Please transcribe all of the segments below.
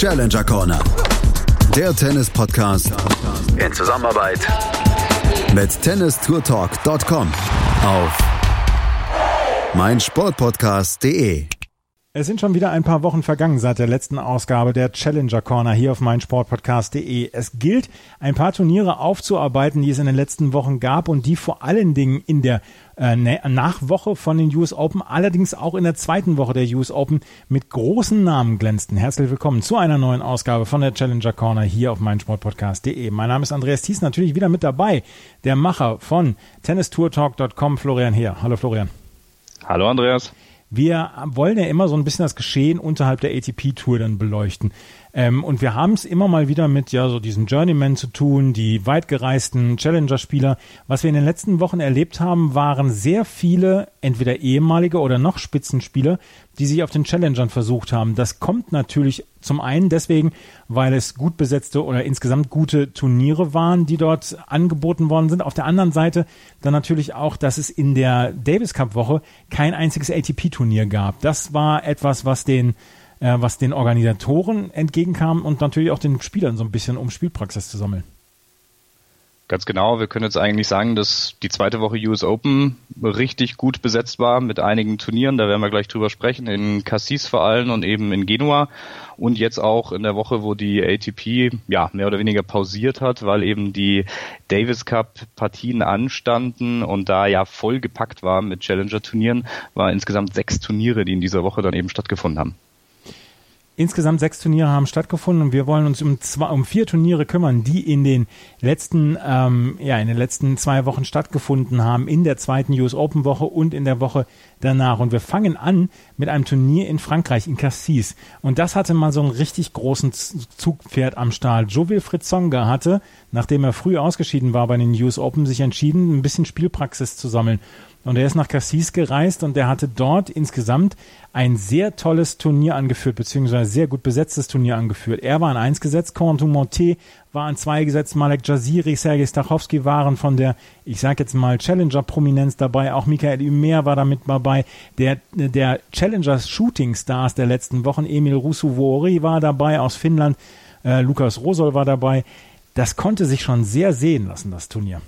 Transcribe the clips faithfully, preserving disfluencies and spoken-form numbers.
Challenger Corner. Der Tennis-Podcast in Zusammenarbeit mit tennis tour talk punkt com auf meinsportpodcast punkt de. Es sind schon wieder ein paar Wochen vergangen seit der letzten Ausgabe der Challenger Corner hier auf meinsportpodcast punkt de. Es gilt, ein paar Turniere aufzuarbeiten, die es in den letzten Wochen gab und die vor allen Dingen in der äh, Nachwoche von den U S Open, allerdings auch in der zweiten Woche der U S Open mit großen Namen glänzten. Herzlich willkommen zu einer neuen Ausgabe von der Challenger Corner hier auf meinsportpodcast punkt de. Mein Name ist Andreas Thies, natürlich wieder mit dabei, der Macher von tennis tour talk punkt com, Florian Heer. Hallo Florian. Hallo Andreas. Wir wollen ja immer so ein bisschen das Geschehen unterhalb der A T P-Tour dann beleuchten. Ähm, und wir haben es immer mal wieder mit ja so diesen Journeymen zu tun, die weitgereisten Challenger-Spieler. Was wir in den letzten Wochen erlebt haben, waren sehr viele, entweder ehemalige oder noch Spitzenspieler, die sich auf den Challengern versucht haben. Das kommt natürlich zum einen deswegen, weil es gut besetzte oder insgesamt gute Turniere waren, die dort angeboten worden sind. Auf der anderen Seite dann natürlich auch, dass es in der Davis Cup Woche kein einziges A T P-Turnier gab. Das war etwas, was den äh, was den Organisatoren entgegenkam und natürlich auch den Spielern so ein bisschen, um Spielpraxis zu sammeln. Ganz genau, wir können jetzt eigentlich sagen, dass die zweite Woche U S Open richtig gut besetzt war mit einigen Turnieren, da werden wir gleich drüber sprechen, in Cassis vor allem und eben in Genua und jetzt auch in der Woche, wo die A T P ja mehr oder weniger pausiert hat, weil eben die Davis Cup Partien anstanden und da ja voll gepackt war mit Challenger-Turnieren, war insgesamt sechs Turniere, die in dieser Woche dann eben stattgefunden haben. Insgesamt sechs Turniere haben stattgefunden und wir wollen uns um zwei, um vier Turniere kümmern, die in den letzten, ähm, ja, in den letzten zwei Wochen stattgefunden haben, in der zweiten U S Open Woche und in der Woche danach. Und wir fangen an mit einem Turnier in Frankreich, in Cassis. Und das hatte mal so einen richtig großen Zugpferd am Start. Jo-Wilfried Tsonga hatte, nachdem er früh ausgeschieden war bei den U S Open, sich entschieden, ein bisschen Spielpraxis zu sammeln. Und er ist nach Cassis gereist und er hatte dort insgesamt ein sehr tolles Turnier angeführt, beziehungsweise sehr gut besetztes Turnier angeführt. Er war an eins gesetzt, Corentin Moutet war an zwei gesetzt, Malek Jaziri, Sergei Stachowski waren von der, ich sag jetzt mal, Challenger-Prominenz dabei, auch Michael Humer war da mit dabei, der, der Challenger-Shooting-Stars der letzten Wochen, Emil Ruusuvuori war dabei aus Finnland, äh, Lukas Rosol war dabei. Das konnte sich schon sehr sehen lassen, das Turnier.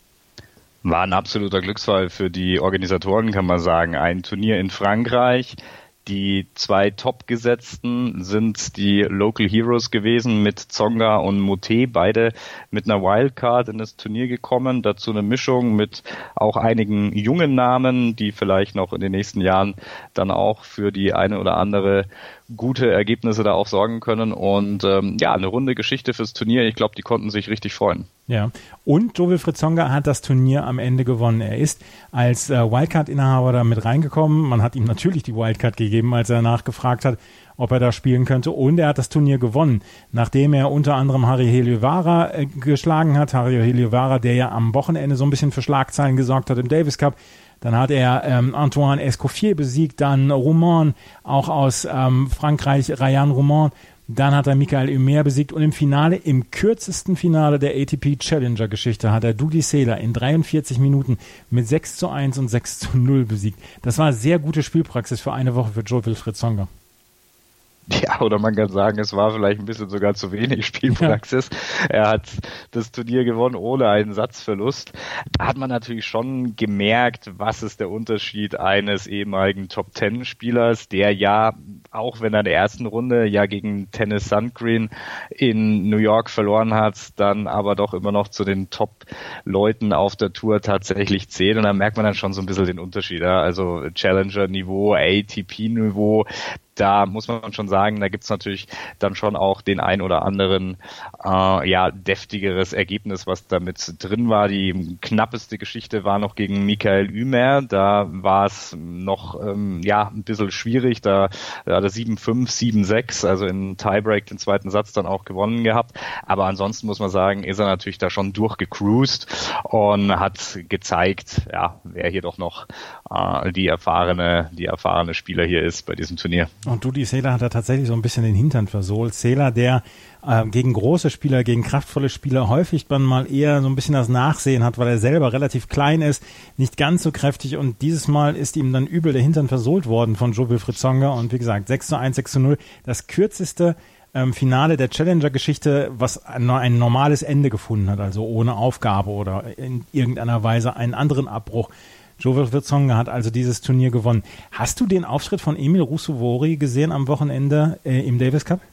War ein absoluter Glücksfall für die Organisatoren, kann man sagen. Ein Turnier in Frankreich. Die zwei Top-Gesetzten sind die Local Heroes gewesen mit Tsonga und Moutet, beide mit einer Wildcard in das Turnier gekommen. Dazu eine Mischung mit auch einigen jungen Namen, die vielleicht noch in den nächsten Jahren dann auch für die eine oder andere gute Ergebnisse da auch sorgen können. Und ähm, ja, eine runde Geschichte fürs Turnier. Ich glaube, die konnten sich richtig freuen. Ja, und Jo-Wilfried Tsonga hat das Turnier am Ende gewonnen. Er ist als äh, Wildcard-Inhaber da mit reingekommen. Man hat ihm natürlich die Wildcard gegeben, als er nachgefragt hat, ob er da spielen könnte. Und er hat das Turnier gewonnen, nachdem er unter anderem Harry Heliovara äh, geschlagen hat. Harry Heliovara, der ja am Wochenende so ein bisschen für Schlagzeilen gesorgt hat im Davis Cup. Dann hat er ähm, Antoine Escoffier besiegt, dann Roman, auch aus ähm, Frankreich, Ryan Roman. Dann hat er Michael Humer besiegt und im Finale, im kürzesten Finale der A T P Challenger Geschichte, hat er Dudi Sela in dreiundvierzig Minuten mit sechs zu eins und sechs zu null besiegt. Das war sehr gute Spielpraxis für eine Woche für Jo-Wilfried Tsonga. Ja, oder man kann sagen, es war vielleicht ein bisschen sogar zu wenig Spielpraxis. Ja. Er hat das Turnier gewonnen ohne einen Satzverlust. Da hat man natürlich schon gemerkt, was ist der Unterschied eines ehemaligen Top-Ten-Spielers, der ja, auch wenn er in der ersten Runde ja gegen Tennis Sundgren in New York verloren hat, dann aber doch immer noch zu den Top-Leuten auf der Tour tatsächlich zählt. Und da merkt man dann schon so ein bisschen den Unterschied. Ja? Also Challenger-Niveau, A T P-Niveau, da muss man schon sagen, da gibt's natürlich dann schon auch den ein oder anderen äh, ja deftigeres Ergebnis, was da mit drin war. Die knappeste Geschichte war noch gegen Michael Humer. Da war es noch ähm, ja ein bisschen schwierig. Da, da hat er sieben fünf, sieben sechs, also in Tiebreak den zweiten Satz dann auch gewonnen gehabt. Aber ansonsten muss man sagen, ist er natürlich da schon durchgecruised und hat gezeigt, ja, wer hier doch noch äh, die erfahrene, die erfahrene Spieler hier ist bei diesem Turnier. Und Dudi Sela hat da tatsächlich so ein bisschen den Hintern versohlt. Sela, der äh, gegen große Spieler, gegen kraftvolle Spieler häufig dann mal eher so ein bisschen das Nachsehen hat, weil er selber relativ klein ist, nicht ganz so kräftig und dieses Mal ist ihm dann übel der Hintern versohlt worden von Jo-Wilfried Tsonga und wie gesagt, sechs zu eins, sechs zu null, das kürzeste ähm, Finale der Challenger-Geschichte, was ein, ein normales Ende gefunden hat, also ohne Aufgabe oder in irgendeiner Weise einen anderen Abbruch. Joe Tsonga hat also dieses Turnier gewonnen. Hast du den Auftritt von Emil Ruusuvuori gesehen am Wochenende äh, im Davis Cup?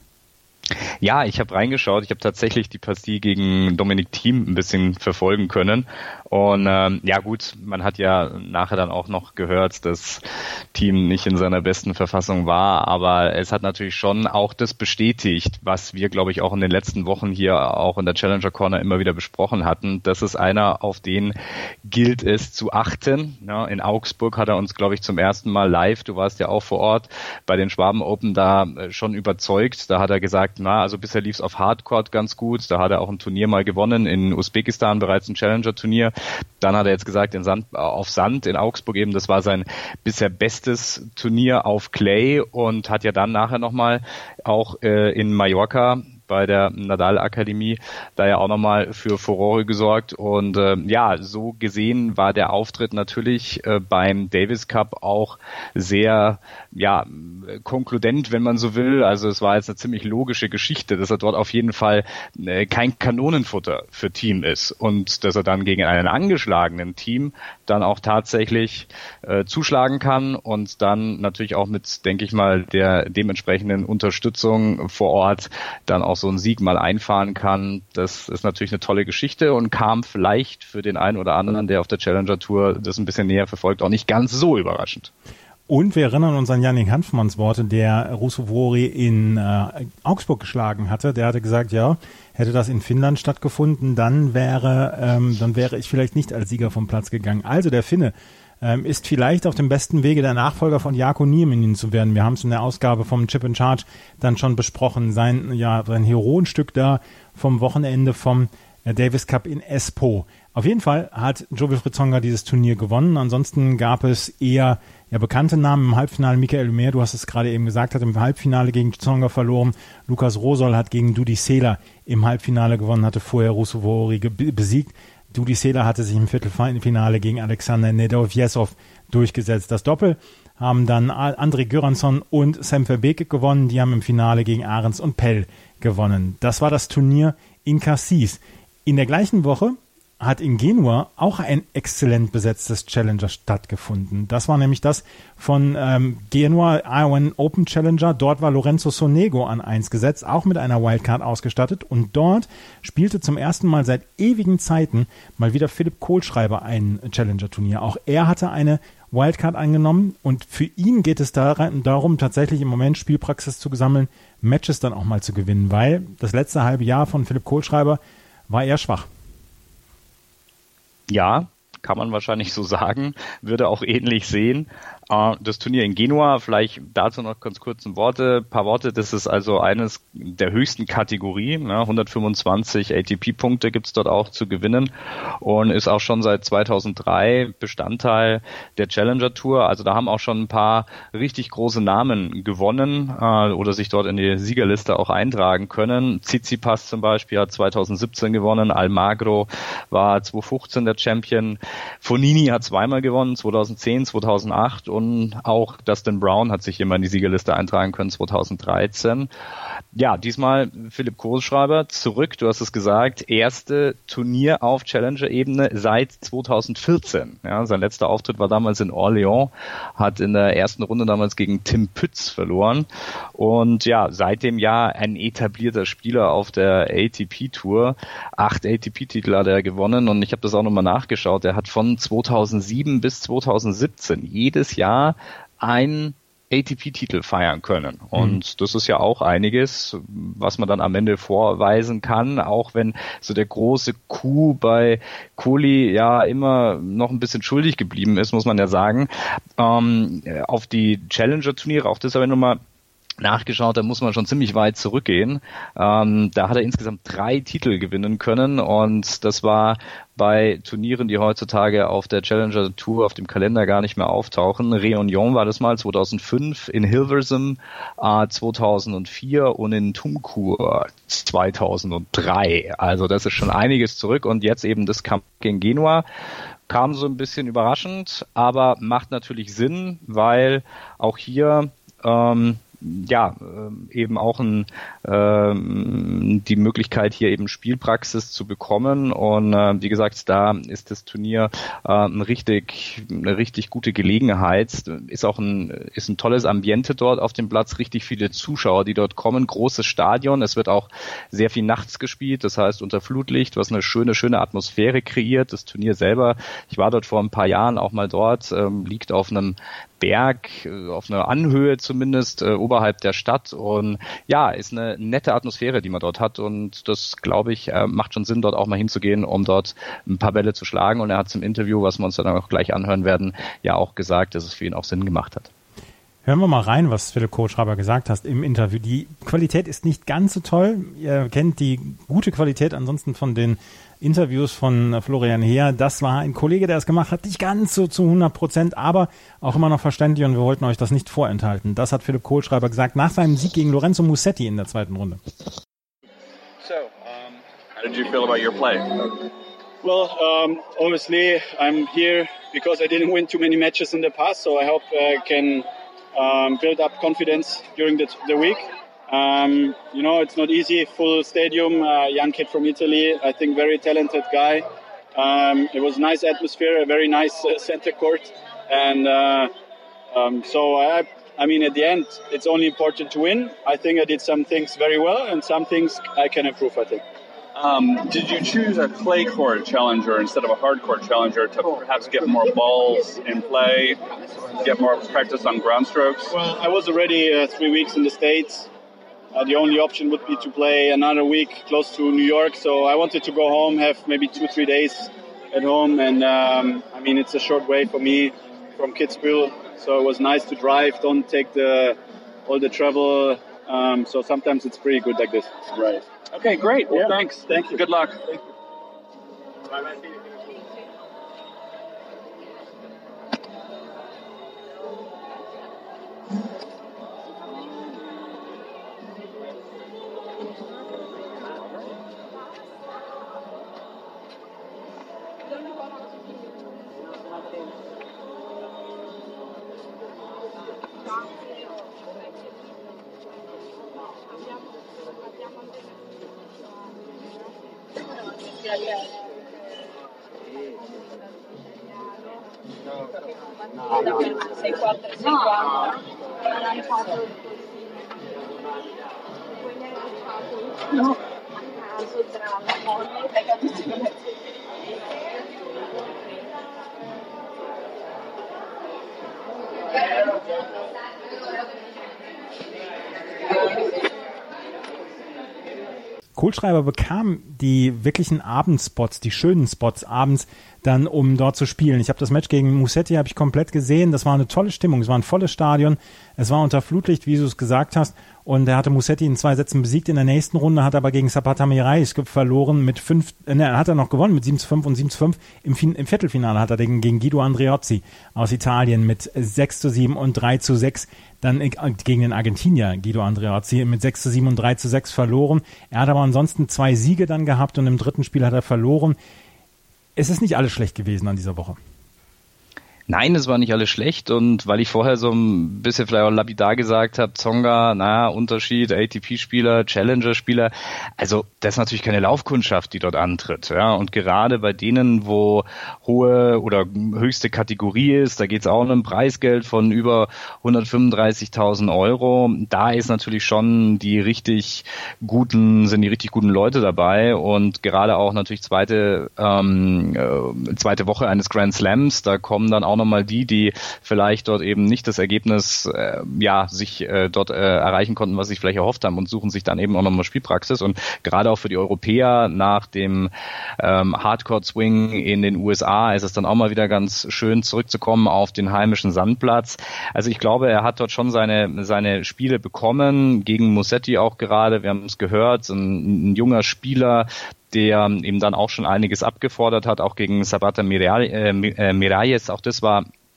Ja, ich habe reingeschaut. Ich habe tatsächlich die Partie gegen Dominic Thiem ein bisschen verfolgen können. Und ähm, ja gut, man hat ja nachher dann auch noch gehört, dass Thiem nicht in seiner besten Verfassung war. Aber es hat natürlich schon auch das bestätigt, was wir, glaube ich, auch in den letzten Wochen hier auch in der Challenger Corner immer wieder besprochen hatten. Das ist einer, auf den gilt es zu achten. Ja, in Augsburg hat er uns, glaube ich, zum ersten Mal live, du warst ja auch vor Ort, bei den Schwaben Open da schon überzeugt. Da hat er gesagt, na, also bisher lief es auf Hardcourt ganz gut. Da hat er auch ein Turnier mal gewonnen, in Usbekistan bereits ein Challenger-Turnier. Dann hat er jetzt gesagt, in Sand, auf Sand in Augsburg eben, das war sein bisher bestes Turnier auf Clay und hat ja dann nachher nochmal auch äh, in Mallorca bei der Nadal-Akademie da ja auch nochmal für Furore gesorgt. Und äh, ja, so gesehen war der Auftritt natürlich äh, beim Davis Cup auch sehr ja konkludent, wenn man so will. Also es war jetzt eine ziemlich logische Geschichte, dass er dort auf jeden Fall äh, kein Kanonenfutter für Thiem ist und dass er dann gegen einen angeschlagenen Team dann auch tatsächlich äh, zuschlagen kann und dann natürlich auch mit, denke ich mal, der dementsprechenden Unterstützung vor Ort dann auch so einen Sieg mal einfahren kann. Das ist natürlich eine tolle Geschichte und kam vielleicht für den einen oder anderen, der auf der Challenger Tour das ein bisschen näher verfolgt, auch nicht ganz so überraschend. Und wir erinnern uns an Yannick Hanfmanns Worte, der Ruusuvuori in äh, Augsburg geschlagen hatte. Der hatte gesagt, ja, hätte das in Finnland stattgefunden, dann wäre, ähm, dann wäre ich vielleicht nicht als Sieger vom Platz gegangen. Also der Finne ähm, ist vielleicht auf dem besten Wege, der Nachfolger von Jarkko Nieminen zu werden. Wir haben es in der Ausgabe vom Chip and Charge dann schon besprochen. Sein, ja, sein Heroenstück da vom Wochenende vom äh, Davis Cup in Espoo. Auf jeden Fall hat Joe-Wilfried Tsonga dieses Turnier gewonnen. Ansonsten gab es eher ja, bekannte Namen im Halbfinale. Michael Umer, du hast es gerade eben gesagt, hat im Halbfinale gegen Tsonga verloren. Lukas Rosol hat gegen Dudi Sela im Halbfinale gewonnen, hatte vorher Ruusuvuori besiegt. Dudi Sela hatte sich im Viertelfinale gegen Alexander Nedovjesov durchgesetzt. Das Doppel haben dann André Göransson und Sam Verbeek gewonnen. Die haben im Finale gegen Ahrens und Pell gewonnen. Das war das Turnier in Cassis. In der gleichen Woche hat in Genua auch ein exzellent besetztes Challenger stattgefunden. Das war nämlich das von ähm, Genua Iowan Open Challenger. Dort war Lorenzo Sonego an eins gesetzt, auch mit einer Wildcard ausgestattet. Und dort spielte zum ersten Mal seit ewigen Zeiten mal wieder Philipp Kohlschreiber ein Challenger-Turnier. Auch er hatte eine Wildcard angenommen und für ihn geht es darum, tatsächlich im Moment Spielpraxis zu sammeln, Matches dann auch mal zu gewinnen, weil das letzte halbe Jahr von Philipp Kohlschreiber war eher schwach. Ja, kann man wahrscheinlich so sagen, würde auch ähnlich sehen. Das Turnier in Genua, vielleicht dazu noch ganz kurz ein Worte, paar Worte, das ist also eines der höchsten Kategorien, ne? hundertfünfundzwanzig A T P-Punkte gibt's dort auch zu gewinnen und ist auch schon seit zweitausenddrei Bestandteil der Challenger Tour, also da haben auch schon ein paar richtig große Namen gewonnen äh, oder sich dort in die Siegerliste auch eintragen können. Tsitsipas zum Beispiel hat zweitausendsiebzehn gewonnen, Almagro war zweitausendfünfzehn der Champion, Fognini hat zweimal gewonnen, zweitausendzehn, zweitausendacht und auch Dustin Brown hat sich immer in die Siegerliste eintragen können, zweitausenddreizehn. Ja, diesmal Philipp Kohlschreiber zurück, du hast es gesagt, erste Turnier auf Challenger-Ebene seit zweitausendvierzehn. Ja, sein letzter Auftritt war damals in Orléans, hat in der ersten Runde damals gegen Tim Pütz verloren und ja, seit dem Jahr ein etablierter Spieler auf der A T P-Tour. Acht A T P-Titel hat er gewonnen und ich habe das auch nochmal nachgeschaut. Er hat von zweitausendsieben bis zweitausendsiebzehn jedes Jahr ein A T P-Titel feiern können. Und mhm. das ist ja auch einiges, was man dann am Ende vorweisen kann, auch wenn so der große Coup bei Kohli ja immer noch ein bisschen schuldig geblieben ist, muss man ja sagen. Ähm, auf die Challenger-Turniere, auch das habe ich nochmal nachgeschaut, da muss man schon ziemlich weit zurückgehen. Ähm, da hat er insgesamt drei Titel gewinnen können und das war bei Turnieren, die heutzutage auf der Challenger Tour auf dem Kalender gar nicht mehr auftauchen. Réunion war das mal zweitausendfünf, in Hilversum äh, zweitausendvier und in Tumkur zweitausenddrei. Also das ist schon einiges zurück und jetzt eben das Kampf gegen Genua. Kam so ein bisschen überraschend, aber macht natürlich Sinn, weil auch hier ähm, ja, eben auch ein, äh, die Möglichkeit, hier eben Spielpraxis zu bekommen. Und äh, wie gesagt, da ist das Turnier äh, ein richtig, eine richtig gute Gelegenheit. Ist auch ein, ist ein tolles Ambiente dort auf dem Platz, richtig viele Zuschauer, die dort kommen, großes Stadion. Es wird auch sehr viel nachts gespielt, das heißt unter Flutlicht, was eine schöne, schöne Atmosphäre kreiert. Das Turnier selber, ich war dort vor ein paar Jahren auch mal dort, ähm, liegt auf einem Berg, auf einer Anhöhe zumindest, äh, oberhalb der Stadt, und ja, ist eine nette Atmosphäre, die man dort hat, und das, glaube ich, äh, macht schon Sinn, dort auch mal hinzugehen, um dort ein paar Bälle zu schlagen, und er hat es im Interview, was wir uns dann auch gleich anhören werden, ja auch gesagt, dass es für ihn auch Sinn gemacht hat. Hören wir mal rein, was Philipp Kohlschreiber gesagt hat im Interview. Die Qualität ist nicht ganz so toll. Ihr kennt die gute Qualität ansonsten von den Interviews von Florian Heer. Das war ein Kollege, der es gemacht hat, nicht ganz so zu hundert Prozent, aber auch immer noch verständlich, und wir wollten euch das nicht vorenthalten. Das hat Philipp Kohlschreiber gesagt nach seinem Sieg gegen Lorenzo Musetti in der zweiten Runde. So, um, how did you feel about your play? Well, um, obviously I'm here because I didn't win too many matches in the past, so I hope I can um, build up confidence during the, the week. Um, you know, it's not easy, full stadium, uh, young kid from Italy, I think very talented guy. Um, it was nice atmosphere, a very nice uh, center court. And uh, um, so, I, I mean, at the end, it's only important to win. I think I did some things very well, and some things I can improve, I think. Um, did you choose a clay court challenger instead of a hard court challenger to perhaps get more balls in play, get more practice on ground strokes? Well, I was already uh, three weeks in the States. Uh, the only option would be to play another week close to New York. So I wanted to go home, have maybe two, three days at home. And um, I mean, it's a short way for me from Kitzbühel. So it was nice to drive, don't take the all the travel. Um, so sometimes it's pretty good like this. Right. Okay, great. Well, yeah. thanks. Thank you. Good luck. Thank you. Bye-bye. sei quattro sei quattro non hai fatto no a caso tra la moglie e la Kohlschreiber bekam die wirklichen Abendspots, die schönen Spots abends dann, um dort zu spielen. Ich habe das Match gegen Musetti habe ich komplett gesehen. Das war eine tolle Stimmung. Es war ein volles Stadion. Es war unter Flutlicht, wie du es gesagt hast. Und er hatte Musetti in zwei Sätzen besiegt in der nächsten Runde, hat aber gegen Zapata Miralles verloren mit fünf, ne, hat er noch gewonnen mit sieben zu fünf und sieben zu fünf. Im, Im Viertelfinale hat er gegen, gegen Guido Andreozzi aus Italien mit sechs zu sieben und drei zu sechs dann gegen den Argentinier Guido Andreozzi mit sechs zu sieben und drei zu sechs verloren. Er hat aber ansonsten zwei Siege dann gehabt und im dritten Spiel hat er verloren. Es ist nicht alles schlecht gewesen an dieser Woche. Nein, es war nicht alles schlecht, und weil ich vorher so ein bisschen vielleicht auch lapidar gesagt habe, Tsonga, naja, Unterschied, A T P-Spieler, Challenger-Spieler, also das ist natürlich keine Laufkundschaft, die dort antritt, ja, und gerade bei denen, wo hohe oder höchste Kategorie ist, da geht es auch um ein Preisgeld von über hundertfünfunddreißigtausend Euro, da ist natürlich schon die richtig guten, sind die richtig guten Leute dabei, und gerade auch natürlich zweite, ähm, äh, zweite Woche eines Grand Slams, da kommen dann auch nochmal die, die vielleicht dort eben nicht das Ergebnis äh, ja sich äh, dort äh, erreichen konnten, was sie sich vielleicht erhofft haben, und suchen sich dann eben auch nochmal Spielpraxis. Und gerade auch für die Europäer nach dem ähm, Hardcore-Swing in den U S A ist es dann auch mal wieder ganz schön, zurückzukommen auf den heimischen Sandplatz. Also ich glaube, er hat dort schon seine seine Spiele bekommen, gegen Musetti auch gerade, wir haben es gehört, ein, ein junger Spieler, der eben dann auch schon einiges abgefordert hat, auch gegen Zapata Miralles. Auch das war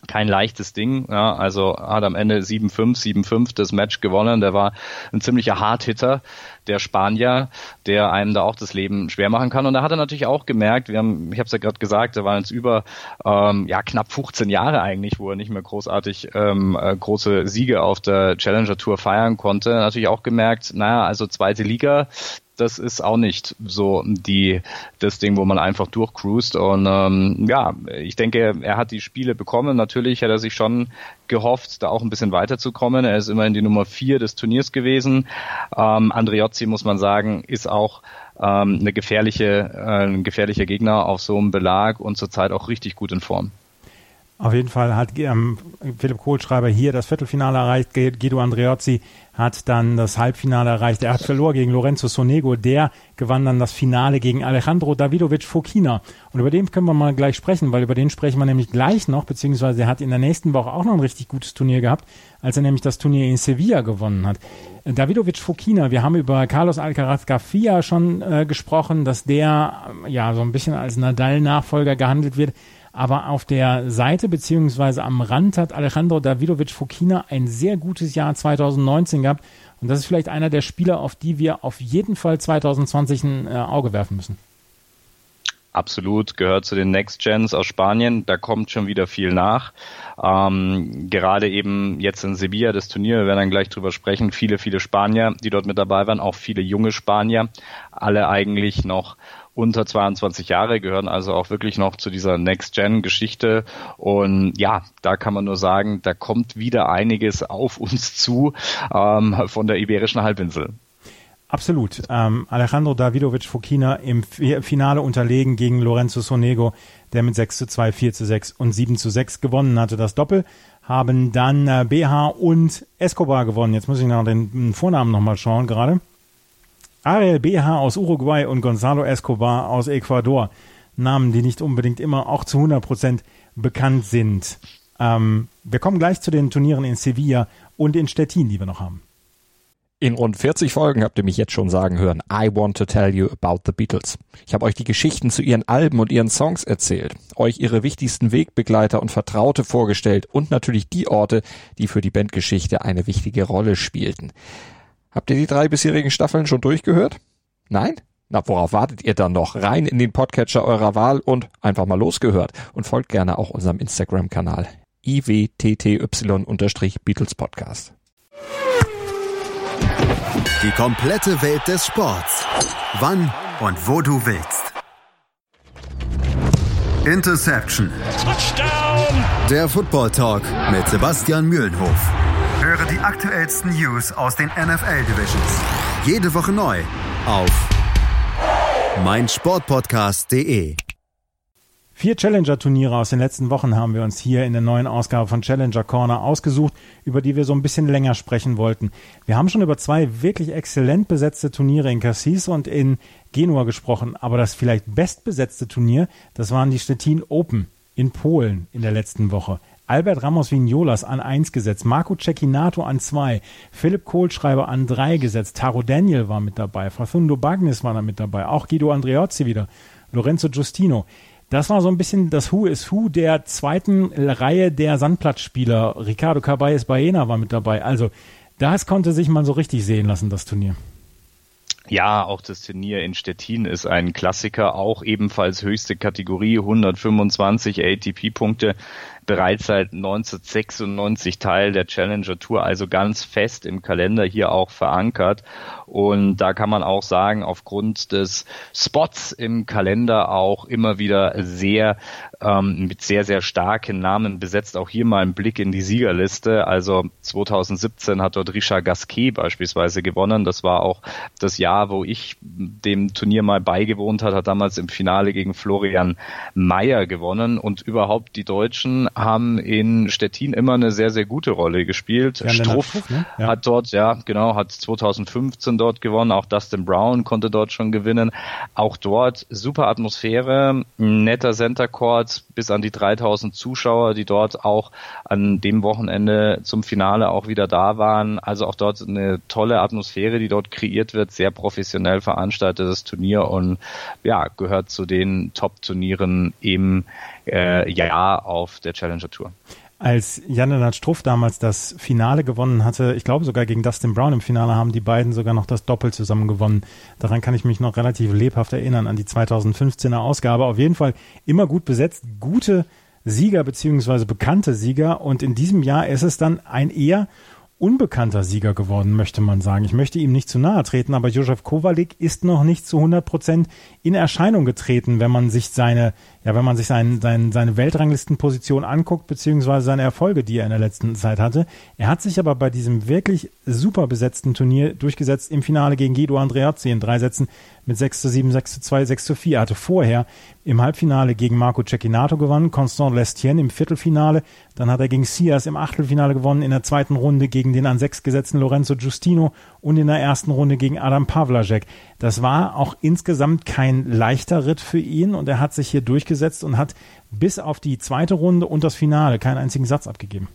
kein leichtes Ding, ja, also hat am Ende sieben fünf, sieben fünf das Match gewonnen. Der war ein ziemlicher Hardhitter, der Spanier, der einem da auch das Leben schwer machen kann. Und da hat er natürlich auch gemerkt, wir haben, ich habe es ja gerade gesagt, er war jetzt über ähm, ja knapp fünfzehn Jahre eigentlich, wo er nicht mehr großartig ähm, äh, große Siege auf der Challenger Tour feiern konnte. Natürlich auch gemerkt, naja, also zweite Liga, das ist auch nicht so die das Ding, wo man einfach durchcruist. Und ähm, ja, ich denke, er hat die Spiele bekommen. Natürlich hat er sich schon gehofft, da auch ein bisschen weiterzukommen. Er ist immerhin die Nummer vier des Turniers gewesen. Ähm, Andreozzi, muss man sagen, ist auch ähm, eine gefährliche, äh, ein gefährlicher Gegner auf so einem Belag und zurzeit auch richtig gut in Form. Auf jeden Fall hat ähm, Philipp Kohlschreiber hier das Viertelfinale erreicht. Guido Andreozzi hat dann das Halbfinale erreicht. Er hat verloren gegen Lorenzo Sonego. Der gewann dann das Finale gegen Alejandro Davidovich Fokina. Und über den können wir mal gleich sprechen, weil über den sprechen wir nämlich gleich noch, beziehungsweise er hat in der nächsten Woche auch noch ein richtig gutes Turnier gehabt, als er nämlich das Turnier in Sevilla gewonnen hat. Davidovich Fokina, wir haben über Carlos Alcaraz Garcia schon äh, gesprochen, dass der äh, ja so ein bisschen als Nadal-Nachfolger gehandelt wird. Aber auf der Seite beziehungsweise am Rand hat Alejandro Davidovich Fokina ein sehr gutes Jahr zwanzig neunzehn gehabt. Und das ist vielleicht einer der Spieler, auf die wir auf jeden Fall zwanzig zwanzig ein äh, Auge werfen müssen. Absolut, gehört zu den Next Gens aus Spanien. Da kommt schon wieder viel nach. Ähm, gerade eben jetzt in Sevilla, das Turnier, wir werden dann gleich drüber sprechen, viele, viele Spanier, die dort mit dabei waren, auch viele junge Spanier, alle eigentlich noch unter zweiundzwanzig Jahre, gehören also auch wirklich noch zu dieser Next-Gen-Geschichte. Und ja, da kann man nur sagen, da kommt wieder einiges auf uns zu ähm, von der Iberischen Halbinsel. Absolut. Ähm, Alejandro Davidovich Fokina im Finale unterlegen gegen Lorenzo Sonego, der mit sechs zu zwei, vier zu sechs und sieben zu sechs gewonnen hatte. Das Doppel haben dann äh, B H und Escobar gewonnen. Jetzt muss ich nach den, den Vornamen nochmal schauen gerade. Ariel B H aus Uruguay und Gonzalo Escobar aus Ecuador. Namen, die nicht unbedingt immer auch zu hundert Prozent bekannt sind. Ähm, wir kommen gleich zu den Turnieren in Sevilla und in Stettin, die wir noch haben. In rund vierzig Folgen habt ihr mich jetzt schon sagen hören, I want to tell you about the Beatles. Ich habe euch die Geschichten zu ihren Alben und ihren Songs erzählt, euch ihre wichtigsten Wegbegleiter und Vertraute vorgestellt und natürlich die Orte, die für die Bandgeschichte eine wichtige Rolle spielten. Habt ihr die drei bisherigen Staffeln schon durchgehört? Nein? Na, worauf wartet ihr dann noch? Rein in den Podcatcher eurer Wahl und einfach mal losgehört. Und folgt gerne auch unserem Instagram-Kanal I W T T Y-Beatles Podcast. Die komplette Welt des Sports. Wann und wo du willst. Interception. Touchdown. Der Football Talk mit Sebastian Mühlenhof. Höre die aktuellsten News aus den N F L Divisions. Jede Woche neu auf meinsportpodcast punkt de. Vier Challenger-Turniere aus den letzten Wochen haben wir uns hier in der neuen Ausgabe von Challenger Corner ausgesucht, über die wir so ein bisschen länger sprechen wollten. Wir haben schon über zwei wirklich exzellent besetzte Turniere in Cassis und in Genua gesprochen, aber das vielleicht bestbesetzte Turnier, das waren die Stettin Open in Polen in der letzten Woche. Albert Ramos Vignolas an eins gesetzt, Marco Cecchinato an zwei, Philipp Kohlschreiber an drei gesetzt, Taro Daniel war mit dabei, Facundo Bagnis war da mit dabei, auch Guido Andreozzi wieder, Lorenzo Giustino. Das war so ein bisschen das Who is Who der zweiten Reihe der Sandplatzspieler. Ricardo Caballes Baena war mit dabei. Also das konnte sich mal so richtig sehen lassen, das Turnier. Ja, auch das Turnier in Stettin ist ein Klassiker, auch ebenfalls höchste Kategorie, hundertfünfundzwanzig A T P-Punkte, bereits seit neunzehnhundertsechsundneunzig Teil der Challenger Tour, also ganz fest im Kalender hier auch verankert. Und da kann man auch sagen, aufgrund des Spots im Kalender auch immer wieder sehr ähm, mit sehr, sehr starken Namen besetzt. Auch hier mal ein Blick in die Siegerliste. Also zweitausendsiebzehn hat dort Richard Gasquet beispielsweise gewonnen. Das war auch das Jahr, wo ich dem Turnier mal beigewohnt hat, hat damals im Finale gegen Florian Mayer gewonnen. Und überhaupt die Deutschen haben in Stettin immer eine sehr, sehr gute Rolle gespielt. Ja, Struff ne? ja. hat dort, ja genau, hat zweitausendfünfzehn dort gewonnen. Auch Dustin Brown konnte dort schon gewinnen. Auch dort super Atmosphäre, netter Center Court, bis an die dreitausend Zuschauer, die dort auch an dem Wochenende zum Finale auch wieder da waren. Also auch dort eine tolle Atmosphäre, die dort kreiert wird, sehr professionell veranstaltetes Turnier und ja, gehört zu den Top-Turnieren im äh, Jahr auf der Challenger Tour. Als Jan-Lennart Struff damals das Finale gewonnen hatte, ich glaube sogar gegen Dustin Brown im Finale, haben die beiden sogar noch das Doppel zusammen gewonnen. Daran kann ich mich noch relativ lebhaft erinnern, an die zweitausendfünfzehner Ausgabe. Auf jeden Fall immer gut besetzt, gute Sieger beziehungsweise bekannte Sieger. Und in diesem Jahr ist es dann ein eher unbekannter Sieger geworden, möchte man sagen. Ich möchte ihm nicht zu nahe treten, aber Josef Kowalik ist noch nicht zu hundert Prozent in Erscheinung getreten, wenn man sich seine, ja, wenn man sich sein, sein, seine Weltranglistenposition anguckt, beziehungsweise seine Erfolge, die er in der letzten Zeit hatte. Er hat sich aber bei diesem wirklich super besetzten Turnier durchgesetzt im Finale gegen Guido Andreozzi in drei Sätzen mit sechs zu sieben, sechs zu zwei, sechs zu vier. Er hatte vorher im Halbfinale gegen Marco Cecchinato gewonnen, Constant Lestienne im Viertelfinale, dann hat er gegen Sias im Achtelfinale gewonnen, in der zweiten Runde gegen den an sechs gesetzten Lorenzo Giustino und in der ersten Runde gegen Adam Pavlacek. Das war auch insgesamt kein leichter Ritt für ihn und er hat sich hier durchgesetzt und hat bis auf die zweite Runde und das Finale keinen einzigen Satz abgegeben.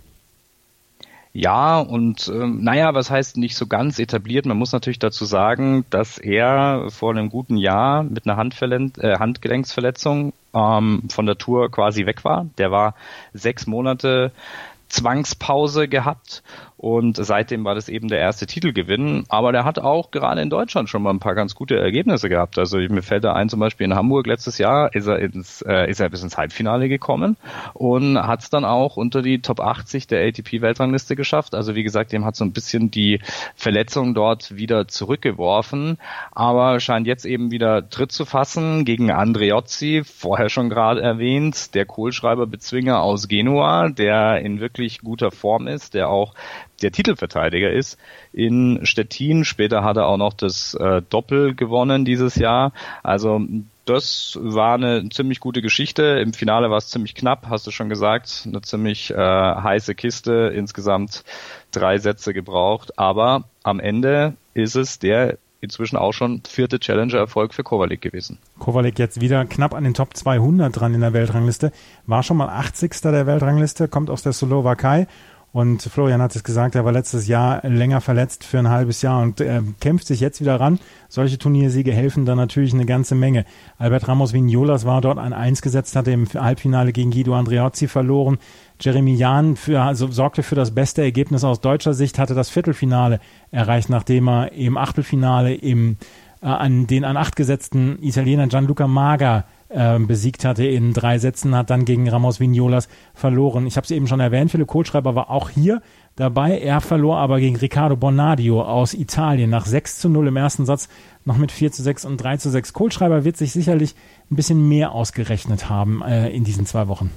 Ja, und ähm, naja, was heißt nicht so ganz etabliert? Man muss natürlich dazu sagen, dass er vor einem guten Jahr mit einer Handverlen- äh, Handgelenksverletzung ähm, von der Tour quasi weg war. Der war sechs Monate Zwangspause gehabt und seitdem war das eben der erste Titelgewinn, aber der hat auch gerade in Deutschland schon mal ein paar ganz gute Ergebnisse gehabt. Also mir fällt da ein, zum Beispiel in Hamburg letztes Jahr ist er ins, äh, ist er bis ins Halbfinale gekommen und hat es dann auch unter die Top achtzig der A T P-Weltrangliste geschafft. Also wie gesagt, dem hat so ein bisschen die Verletzung dort wieder zurückgeworfen, aber scheint jetzt eben wieder Tritt zu fassen gegen Andreozzi, vorher schon gerade erwähnt, der Kohlschreiber-Bezwinger aus Genua, der in wirklich guter Form ist, der auch der Titelverteidiger ist in Stettin. Später hat er auch noch das äh, Doppel gewonnen dieses Jahr. Also das war eine ziemlich gute Geschichte. Im Finale war es ziemlich knapp, hast du schon gesagt. Eine ziemlich äh, heiße Kiste. Insgesamt drei Sätze gebraucht. Aber am Ende ist es der inzwischen auch schon vierte Challenger-Erfolg für Kowalik gewesen. Kowalik jetzt wieder knapp an den Top zweihundert dran in der Weltrangliste. War schon mal achtzigster der Weltrangliste, kommt aus der Slowakei. Und Florian hat es gesagt, er war letztes Jahr länger verletzt für ein halbes Jahr und äh, kämpft sich jetzt wieder ran. Solche Turniersiege helfen dann natürlich eine ganze Menge. Albert Ramos Vignolas war dort an eins gesetzt, hatte im Halbfinale gegen Guido Andreozzi verloren. Jeremy Jahn für, also, sorgte für das beste Ergebnis aus deutscher Sicht, hatte das Viertelfinale erreicht, nachdem er im Achtelfinale im, äh, an den an acht gesetzten Italiener Gianluca Maga besiegt hatte in drei Sätzen, hat dann gegen Ramos Vignolas verloren. Ich habe es eben schon erwähnt, Philipp Kohlschreiber war auch hier dabei. Er verlor aber gegen Riccardo Bonadio aus Italien nach sechs zu null im ersten Satz, noch mit vier zu sechs und drei zu sechs. Kohlschreiber wird sich sicherlich ein bisschen mehr ausgerechnet haben äh, in diesen zwei Wochen.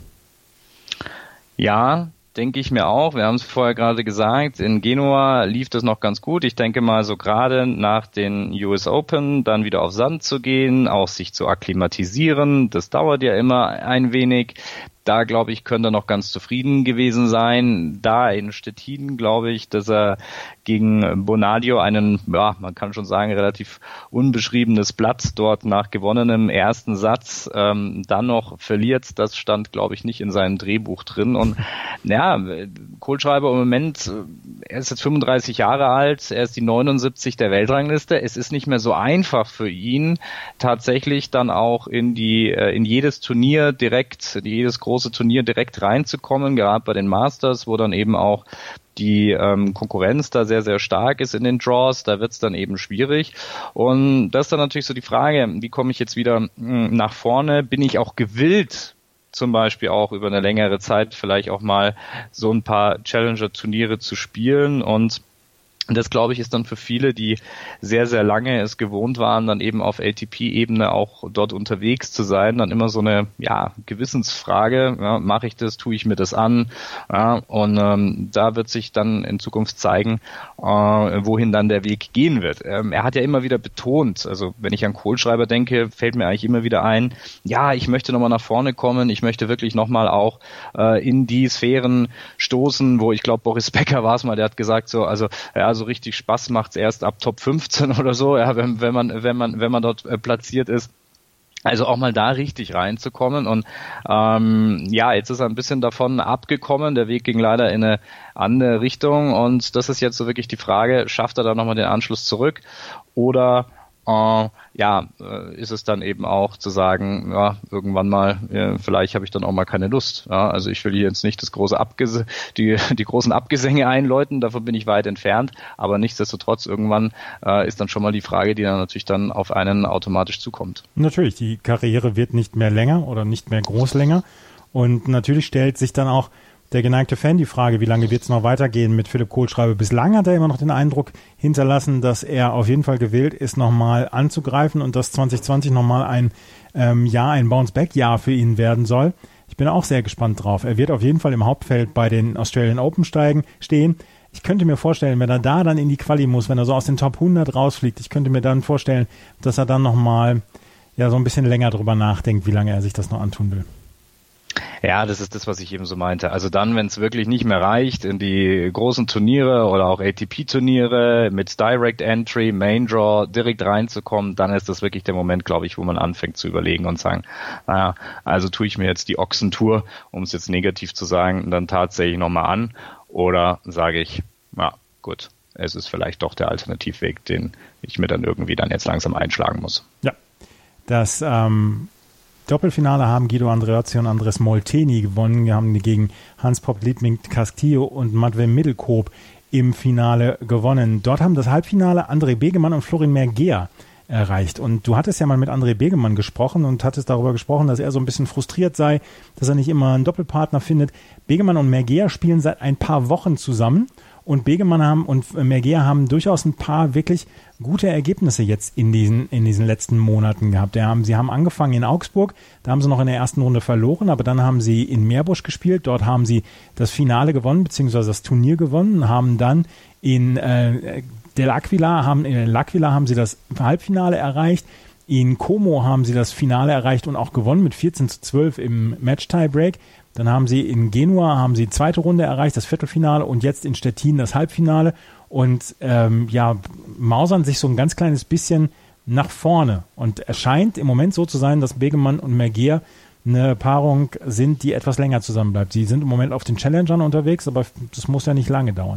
Ja, denke ich mir auch. Wir haben es vorher gerade gesagt, in Genua lief das noch ganz gut. Ich denke mal, so gerade nach den U S Open dann wieder auf Sand zu gehen, auch sich zu akklimatisieren, das dauert ja immer ein wenig. Da, glaube ich, könnte er noch ganz zufrieden gewesen sein. Da in Stettin, glaube ich, dass er gegen Bonadio einen, ja, man kann schon sagen, relativ unbeschriebenes Blatt dort nach gewonnenem ersten Satz ähm, dann noch verliert. Das stand, glaube ich, nicht in seinem Drehbuch drin. Und ja, Kohlschreiber im Moment, er ist jetzt fünfunddreißig Jahre alt, er ist die neunundsiebzig der Weltrangliste. Es ist nicht mehr so einfach für ihn, tatsächlich dann auch in die in jedes Turnier direkt, in jedes große Turnier direkt reinzukommen, gerade bei den Masters, wo dann eben auch die ähm, Konkurrenz da sehr, sehr stark ist in den Draws, da wird es dann eben schwierig. Und das ist dann natürlich so die Frage, wie komme ich jetzt wieder mh, nach vorne? Bin ich auch gewillt, zum Beispiel auch über eine längere Zeit vielleicht auch mal so ein paar Challenger-Turniere zu spielen? Und das, glaube ich, ist dann für viele, die sehr, sehr lange es gewohnt waren, dann eben auf A T P-Ebene auch dort unterwegs zu sein, dann immer so eine, ja, Gewissensfrage, ja, mache ich das, tue ich mir das an, ja, und ähm, da wird sich dann in Zukunft zeigen, äh, wohin dann der Weg gehen wird. Ähm, er hat ja immer wieder betont, also wenn ich an Kohlschreiber denke, fällt mir eigentlich immer wieder ein, ja, ich möchte nochmal nach vorne kommen, ich möchte wirklich nochmal auch äh, in die Sphären stoßen, wo ich glaube, Boris Becker war es mal, der hat gesagt so, also ja, so richtig Spaß macht's erst ab Top fünfzehn oder so, ja, wenn, wenn man, wenn man, wenn man dort äh, platziert ist. Also auch mal da richtig reinzukommen und ähm, ja, jetzt ist er ein bisschen davon abgekommen, der Weg ging leider in eine andere Richtung und das ist jetzt so wirklich die Frage, schafft er da nochmal den Anschluss zurück oder Uh, ja, äh, ist es dann eben auch zu sagen, ja, irgendwann mal, äh, vielleicht habe ich dann auch mal keine Lust. Ja? Also ich will hier jetzt nicht das große Abges- die, die großen Abgesänge einläuten, davon bin ich weit entfernt, aber nichtsdestotrotz irgendwann äh, ist dann schon mal die Frage, die dann natürlich dann auf einen automatisch zukommt. Natürlich, die Karriere wird nicht mehr länger oder nicht mehr groß länger und natürlich stellt sich dann auch der geneigte Fan die Frage, wie lange wird es noch weitergehen mit Philipp Kohlschreiber. Bislang hat er immer noch den Eindruck hinterlassen, dass er auf jeden Fall gewillt ist, nochmal anzugreifen und dass zwanzig zwanzig nochmal ein ähm, Jahr, ein Bounce-Back-Jahr für ihn werden soll. Ich bin auch sehr gespannt drauf. Er wird auf jeden Fall im Hauptfeld bei den Australian Open steigen, stehen. Ich könnte mir vorstellen, wenn er da dann in die Quali muss, wenn er so aus den Top hundert rausfliegt, ich könnte mir dann vorstellen, dass er dann nochmal ja, so ein bisschen länger drüber nachdenkt, wie lange er sich das noch antun will. Ja, das ist das, was ich eben so meinte. Also dann, wenn es wirklich nicht mehr reicht, in die großen Turniere oder auch A T P-Turniere mit Direct Entry, Main Draw direkt reinzukommen, dann ist das wirklich der Moment, glaube ich, wo man anfängt zu überlegen und sagen, naja, also tue ich mir jetzt die Ochsentour, um es jetzt negativ zu sagen, dann tatsächlich nochmal an oder sage ich, na gut, es ist vielleicht doch der Alternativweg, den ich mir dann irgendwie dann jetzt langsam einschlagen muss. Ja, das ähm Doppelfinale haben Guido Andreozzi und Andres Molteni gewonnen. Wir haben gegen Hans-Pop Liebling Castillo und Matvei Middelkoop im Finale gewonnen. Dort haben das Halbfinale André Begemann und Florin Mergeer erreicht. Und du hattest ja mal mit André Begemann gesprochen und hattest darüber gesprochen, dass er so ein bisschen frustriert sei, dass er nicht immer einen Doppelpartner findet. Begemann und Mergeer spielen seit ein paar Wochen zusammen. Und Begemann haben und Mergeer haben durchaus ein paar wirklich gute Ergebnisse jetzt in diesen in diesen letzten Monaten gehabt. Ja, haben, sie haben angefangen in Augsburg, da haben sie noch in der ersten Runde verloren, aber dann haben sie in Meerbusch gespielt, dort haben sie das Finale gewonnen, beziehungsweise das Turnier gewonnen, haben dann in äh, Del Aquila, haben, in L'Aquila haben sie das Halbfinale erreicht, in Como haben sie das Finale erreicht und auch gewonnen mit vierzehn zu zwölf im Match-Tiebreak. Dann haben sie in Genua haben sie zweite Runde erreicht, das Viertelfinale und jetzt in Stettin das Halbfinale und ähm, ja, mausern sich so ein ganz kleines bisschen nach vorne. Und es scheint im Moment so zu sein, dass Begemann und Mergeer eine Paarung sind, die etwas länger zusammenbleibt. Sie sind im Moment auf den Challengern unterwegs, aber das muss ja nicht lange dauern.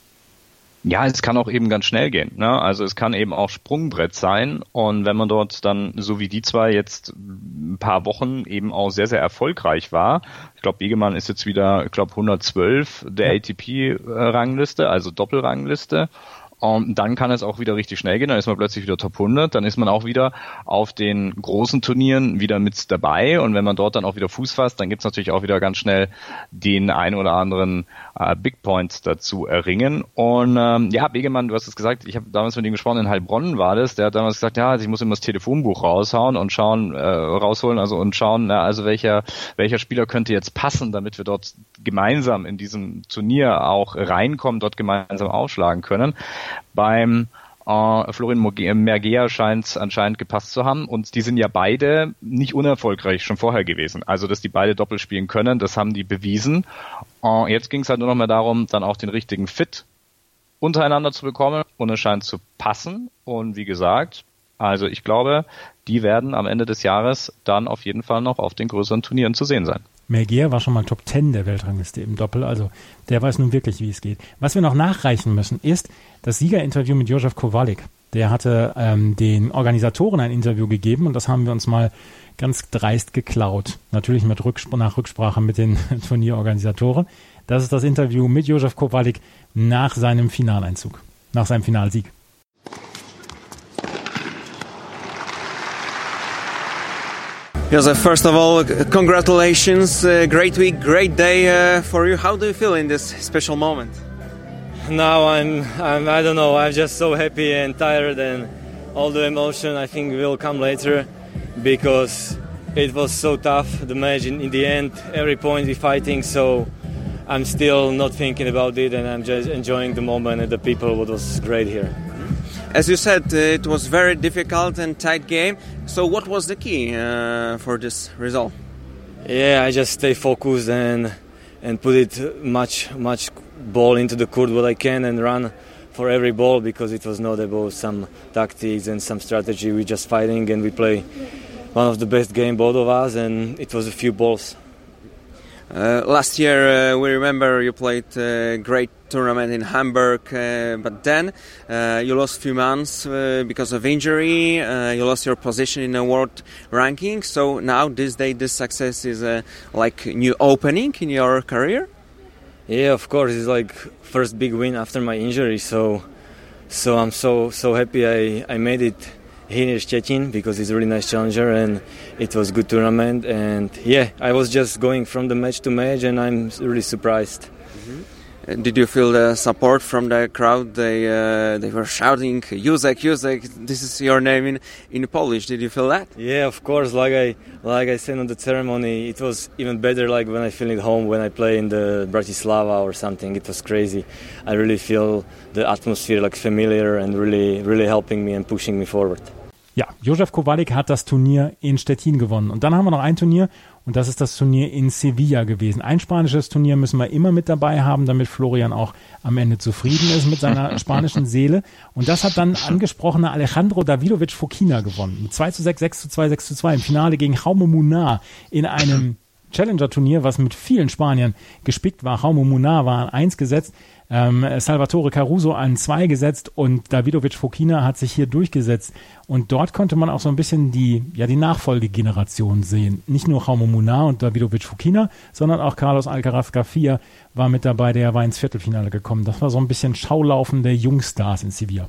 Ja, es kann auch eben ganz schnell gehen, ne? Also es kann eben auch Sprungbrett sein und wenn man dort dann, so wie die zwei jetzt ein paar Wochen eben auch sehr, sehr erfolgreich war, ich glaube, Begemann ist jetzt wieder, ich glaube, hundertzwölf der A T P-Rangliste, also Doppelrangliste. Und dann kann es auch wieder richtig schnell gehen, dann ist man plötzlich wieder Top hundert, dann ist man auch wieder auf den großen Turnieren wieder mit dabei und wenn man dort dann auch wieder Fuß fasst, dann gibt's natürlich auch wieder ganz schnell den ein oder anderen äh, Big Point dazu erringen. Und ähm, ja, Begemann, du hast es gesagt, ich habe damals mit ihm gesprochen, in Heilbronn war das, der hat damals gesagt, ja, ich muss immer das Telefonbuch raushauen und schauen, äh, rausholen, also und schauen, na, also welcher welcher Spieler könnte jetzt passen, damit wir dort gemeinsam in diesem Turnier auch reinkommen, dort gemeinsam aufschlagen können. Beim äh, Florin Mergeer scheint es anscheinend gepasst zu haben und die sind ja beide nicht unerfolgreich schon vorher gewesen. Also, dass die beide Doppel spielen können, das haben die bewiesen. Äh, jetzt ging es halt nur noch mal darum, dann auch den richtigen Fit untereinander zu bekommen und es scheint zu passen. Und wie gesagt, also ich glaube, die werden am Ende des Jahres dann auf jeden Fall noch auf den größeren Turnieren zu sehen sein. Mergeer war schon mal Top zehn der Weltrangliste im Doppel, also der weiß nun wirklich, wie es geht. Was wir noch nachreichen müssen, ist das Siegerinterview mit Jožef Kowalik. Der hatte ähm, den Organisatoren ein Interview gegeben und das haben wir uns mal ganz dreist geklaut. Natürlich mit Rückspr- nach Rücksprache mit den Turnierorganisatoren. Das ist das Interview mit Jožef Kowalik nach seinem Finaleinzug, nach seinem Finalsieg. Josef, first of all, congratulations, uh, great week, great day uh, for you. How do you feel in this special moment? Now I'm, I'm, I don't know, I'm just so happy and tired and all the emotion I think will come later because it was so tough, the match in, in the end, every point we fighting, so I'm still not thinking about it and I'm just enjoying the moment and the people, what was great here. As you said, uh, it was very difficult and tight game. So what was the key uh, for this result? Yeah, I just stay focused and and put it much much ball into the court what I can and run for every ball because it was not about some tactics and some strategy. We just fighting and we play one of the best game both of us and it was a few balls. Uh, last year, uh, we remember you played a great tournament in Hamburg, uh, but then uh, you lost a few months uh, because of injury. Uh, you lost your position in the world ranking. So now, this day, this success is uh, like a new opening in your career? Yeah, of course. It's like first big win after my injury. So, so I'm so so happy I, I made it here in Szczecin because it's a really nice challenger and it was a good tournament. And yeah, I was just going from the match to match and I'm really surprised. Mm-hmm. Did you feel the support from the crowd? They uh, they were shouting, Józek, Józek, this is your name in, in Polish. Did you feel that? Yeah, of course. Like I like I said on the ceremony, it was even better like when I feel it home, when I play in the Bratislava or something. It was crazy. I really feel the atmosphere like familiar and really, really helping me and pushing me forward. Ja, Jozef Kowalik hat das Turnier in Stettin gewonnen. Und dann haben wir noch ein Turnier und das ist das Turnier in Sevilla gewesen. Ein spanisches Turnier müssen wir immer mit dabei haben, damit Florian auch am Ende zufrieden ist mit seiner spanischen Seele. Und das hat dann angesprochener Alejandro Davidovich Fokina gewonnen. Mit zwei zu sechs, sechs zu zwei, sechs zu zwei im Finale gegen Jaume Munar in einem Challenger-Turnier, was mit vielen Spaniern gespickt war. Jaume Munar war an eins gesetzt, ähm, Salvatore Caruso an zwei gesetzt und Davidovich Fokina hat sich hier durchgesetzt. Und dort konnte man auch so ein bisschen die, ja, die Nachfolgegeneration sehen. Nicht nur Jaume Munar und Davidovich Fokina, sondern auch Carlos Alcaraz Garcia war mit dabei, der war ins Viertelfinale gekommen. Das war so ein bisschen Schaulaufen der Jungstars in Sevilla.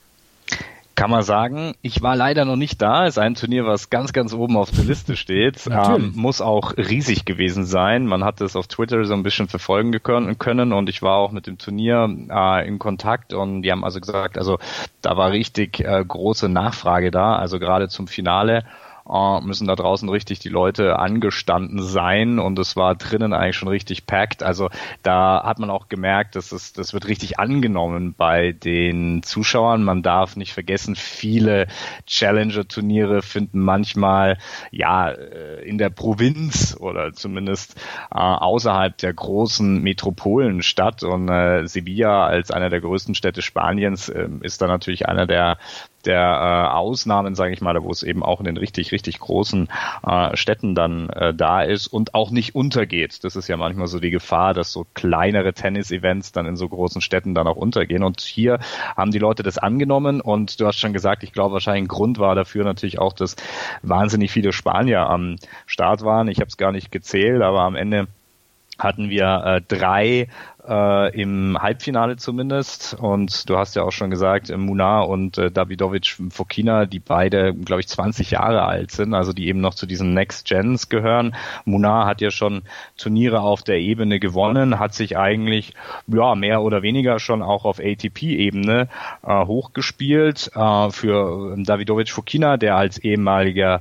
Kann man sagen, ich war leider noch nicht da. Ist ein Turnier, was ganz, ganz oben auf der Liste steht. Ähm, muss auch riesig gewesen sein. Man hat das auf Twitter so ein bisschen verfolgen können und ich war auch mit dem Turnier äh, in Kontakt und die haben also gesagt, also da war richtig äh, große Nachfrage da, also gerade zum Finale. Uh, müssen da draußen richtig die Leute angestanden sein und es war drinnen eigentlich schon richtig packed. Also da hat man auch gemerkt, dass es, das wird richtig angenommen bei den Zuschauern. Man darf nicht vergessen, viele Challenger-Turniere finden manchmal ja in der Provinz oder zumindest uh, außerhalb der großen Metropolen statt und uh, Sevilla als einer der größten Städte Spaniens uh, ist da natürlich einer der der äh, Ausnahmen, sage ich mal, wo es eben auch in den richtig, richtig großen äh, Städten dann äh, da ist und auch nicht untergeht. Das ist ja manchmal so die Gefahr, dass so kleinere Tennis-Events dann in so großen Städten dann auch untergehen. Und hier haben die Leute das angenommen und du hast schon gesagt, ich glaube wahrscheinlich ein Grund war dafür natürlich auch, dass wahnsinnig viele Spanier am Start waren. Ich habe es gar nicht gezählt, aber am Ende hatten wir äh, drei äh, im Halbfinale zumindest und du hast ja auch schon gesagt, Munar und äh, Davidovich Fokina, die beide, glaube ich, zwanzig Jahre alt sind, also die eben noch zu diesen Next Gens gehören. Munar hat ja schon Turniere auf der Ebene gewonnen, hat sich eigentlich ja mehr oder weniger schon auch auf A T P-Ebene äh, hochgespielt. Äh, für Davidovich Fokina, der als ehemaliger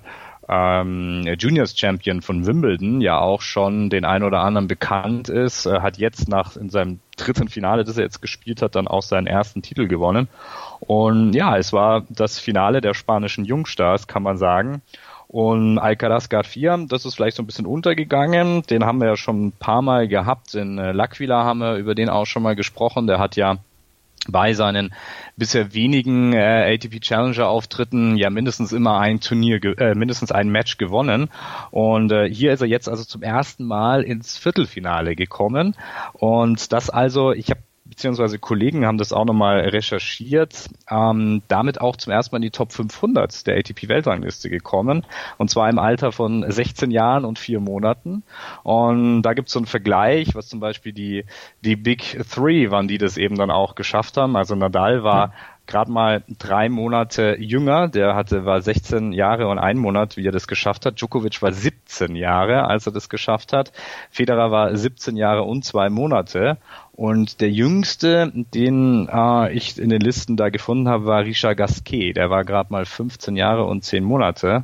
Ähm, Juniors Champion von Wimbledon ja auch schon den ein oder anderen bekannt ist, äh, hat jetzt nach in seinem dritten Finale, das er jetzt gespielt hat, dann auch seinen ersten Titel gewonnen. Und ja, es war das Finale der spanischen Jungstars, kann man sagen. Und Alcaraz Garcia, das ist vielleicht so ein bisschen untergegangen, den haben wir ja schon ein paar Mal gehabt. In äh, L'Aquila haben wir über den auch schon mal gesprochen, der hat ja bei seinen bisher wenigen äh, A T P Challenger Auftritten ja mindestens immer ein Turnier, äh, mindestens ein Match gewonnen und äh, hier ist er jetzt also zum ersten Mal ins Viertelfinale gekommen und das also, ich habe beziehungsweise Kollegen haben das auch nochmal recherchiert, ähm, damit auch zum ersten Mal in die Top fünfhundert der A T P-Weltrangliste gekommen und zwar im Alter von sechzehn Jahren und vier Monaten und da gibt es so einen Vergleich, was zum Beispiel die die Big Three, wann die das eben dann auch geschafft haben, also Nadal war mhm. gerade mal drei Monate jünger, der hatte war sechzehn Jahre und ein Monat, wie er das geschafft hat. Djokovic war siebzehn Jahre, als er das geschafft hat. Federer war siebzehn Jahre und zwei Monate. Und der jüngste, den äh, ich in den Listen da gefunden habe, war Richard Gasquet. Der war gerade mal fünfzehn Jahre und zehn Monate.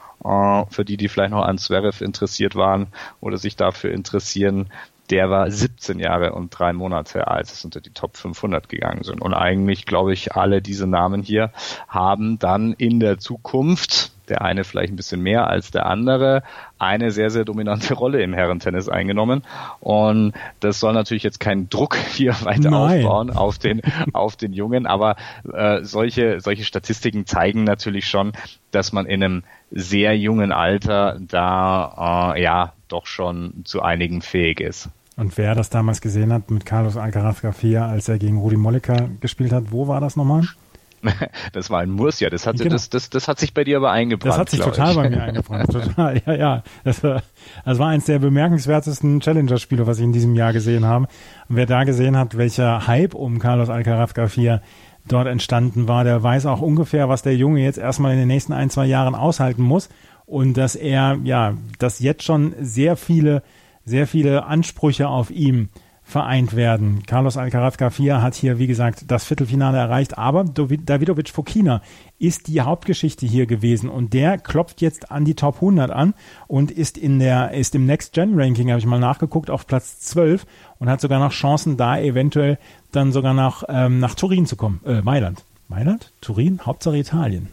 Äh, für die, die vielleicht noch an Zverev interessiert waren oder sich dafür interessieren, der war siebzehn Jahre und drei Monate, als es unter die Top fünfhundert gegangen sind. Und eigentlich, glaube ich, alle diese Namen hier haben dann in der Zukunft der eine vielleicht ein bisschen mehr als der andere, eine sehr, sehr dominante Rolle im Herrentennis eingenommen. Und das soll natürlich jetzt keinen Druck hier weiter Nein. aufbauen auf den, auf den Jungen, aber äh, solche, solche Statistiken zeigen natürlich schon, dass man in einem sehr jungen Alter da äh, ja doch schon zu einigen fähig ist. Und wer das damals gesehen hat mit Carlos Alcaraz Garcia, als er gegen Rudi Mollica gespielt hat, wo war das nochmal? Das war in Murcia, das hat, genau. das, das, das hat sich bei dir aber eingebrannt. Das hat sich total ich. bei mir eingebrannt, total, ja, ja. Das war, das war eins der bemerkenswertesten Challenger-Spiele, was ich in diesem Jahr gesehen habe. Und wer da gesehen hat, welcher Hype um Carlos Alcaraz Garcia dort entstanden war, der weiß auch ungefähr, was der Junge jetzt erstmal in den nächsten ein, zwei Jahren aushalten muss und dass er, ja, dass jetzt schon sehr viele, sehr viele Ansprüche auf ihm vereint werden. Carlos Alcaraz Garcia hat hier, wie gesagt, das Viertelfinale erreicht, aber Davidovich Fokina ist die Hauptgeschichte hier gewesen und der klopft jetzt an die Top hundert an und ist in der, ist im Next-Gen-Ranking, habe ich mal nachgeguckt, auf Platz zwölf und hat sogar noch Chancen, da eventuell dann sogar nach, ähm, nach Turin zu kommen. Äh, Mailand. Mailand? Turin? Hauptsache Italien.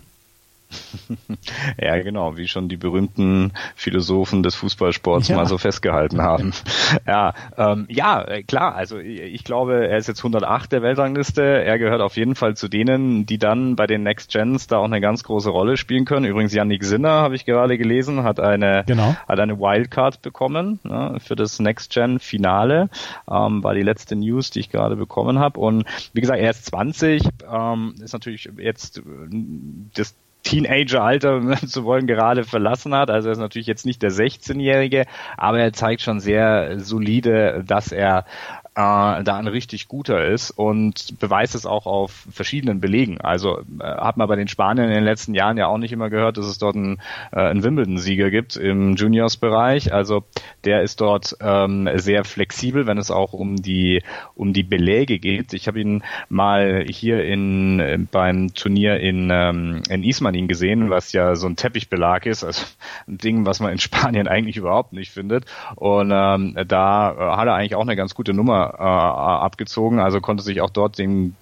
Ja, genau, wie schon die berühmten Philosophen des Fußballsports ja. mal so festgehalten haben. Ja, ähm, ja, klar, also ich glaube, er ist jetzt hundertacht der Weltrangliste. Er gehört auf jeden Fall zu denen, die dann bei den Next Gens da auch eine ganz große Rolle spielen können. Übrigens, Yannick Sinner, habe ich gerade gelesen, hat eine genau. hat eine Wildcard bekommen, ne, für das Next Gen Finale. Ähm, war die letzte News, die ich gerade bekommen habe. Und wie gesagt, er ist zwanzig, ähm, ist natürlich jetzt das Teenager-Alter zu wollen gerade verlassen hat. Also er ist natürlich jetzt nicht der sechzehnjährige, aber er zeigt schon sehr solide, dass er äh, da ein richtig guter ist und beweist es auch auf verschiedenen Belegen. Also äh, hat man bei den Spaniern in den letzten Jahren ja auch nicht immer gehört, dass es dort einen, äh, einen Wimbledon-Sieger gibt im Juniors-Bereich. Also der ist dort ähm, sehr flexibel, wenn es auch um die um die Beläge geht. Ich habe ihn mal hier in beim Turnier in ähm, in Ismaning gesehen, was ja so ein Teppichbelag ist, also ein Ding, was man in Spanien eigentlich überhaupt nicht findet. Und ähm, da äh, hat er eigentlich auch eine ganz gute Nummer äh, abgezogen, also konnte sich auch dort den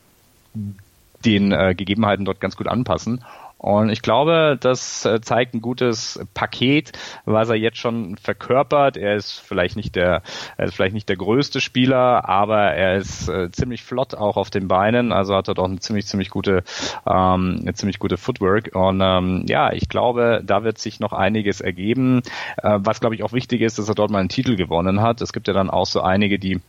den äh, Gegebenheiten dort ganz gut anpassen. Und ich glaube, das äh, zeigt ein gutes Paket, was er jetzt schon verkörpert. Er ist vielleicht nicht der, er ist vielleicht nicht der größte Spieler, aber er ist äh, ziemlich flott auch auf den Beinen. Also hat dort auch eine ziemlich, ziemlich gute, ähm, eine ziemlich gute Footwork. Und ähm, ja, ich glaube, da wird sich noch einiges ergeben. Äh, was glaube ich auch wichtig ist, dass er dort mal einen Titel gewonnen hat. Es gibt ja dann auch so einige, die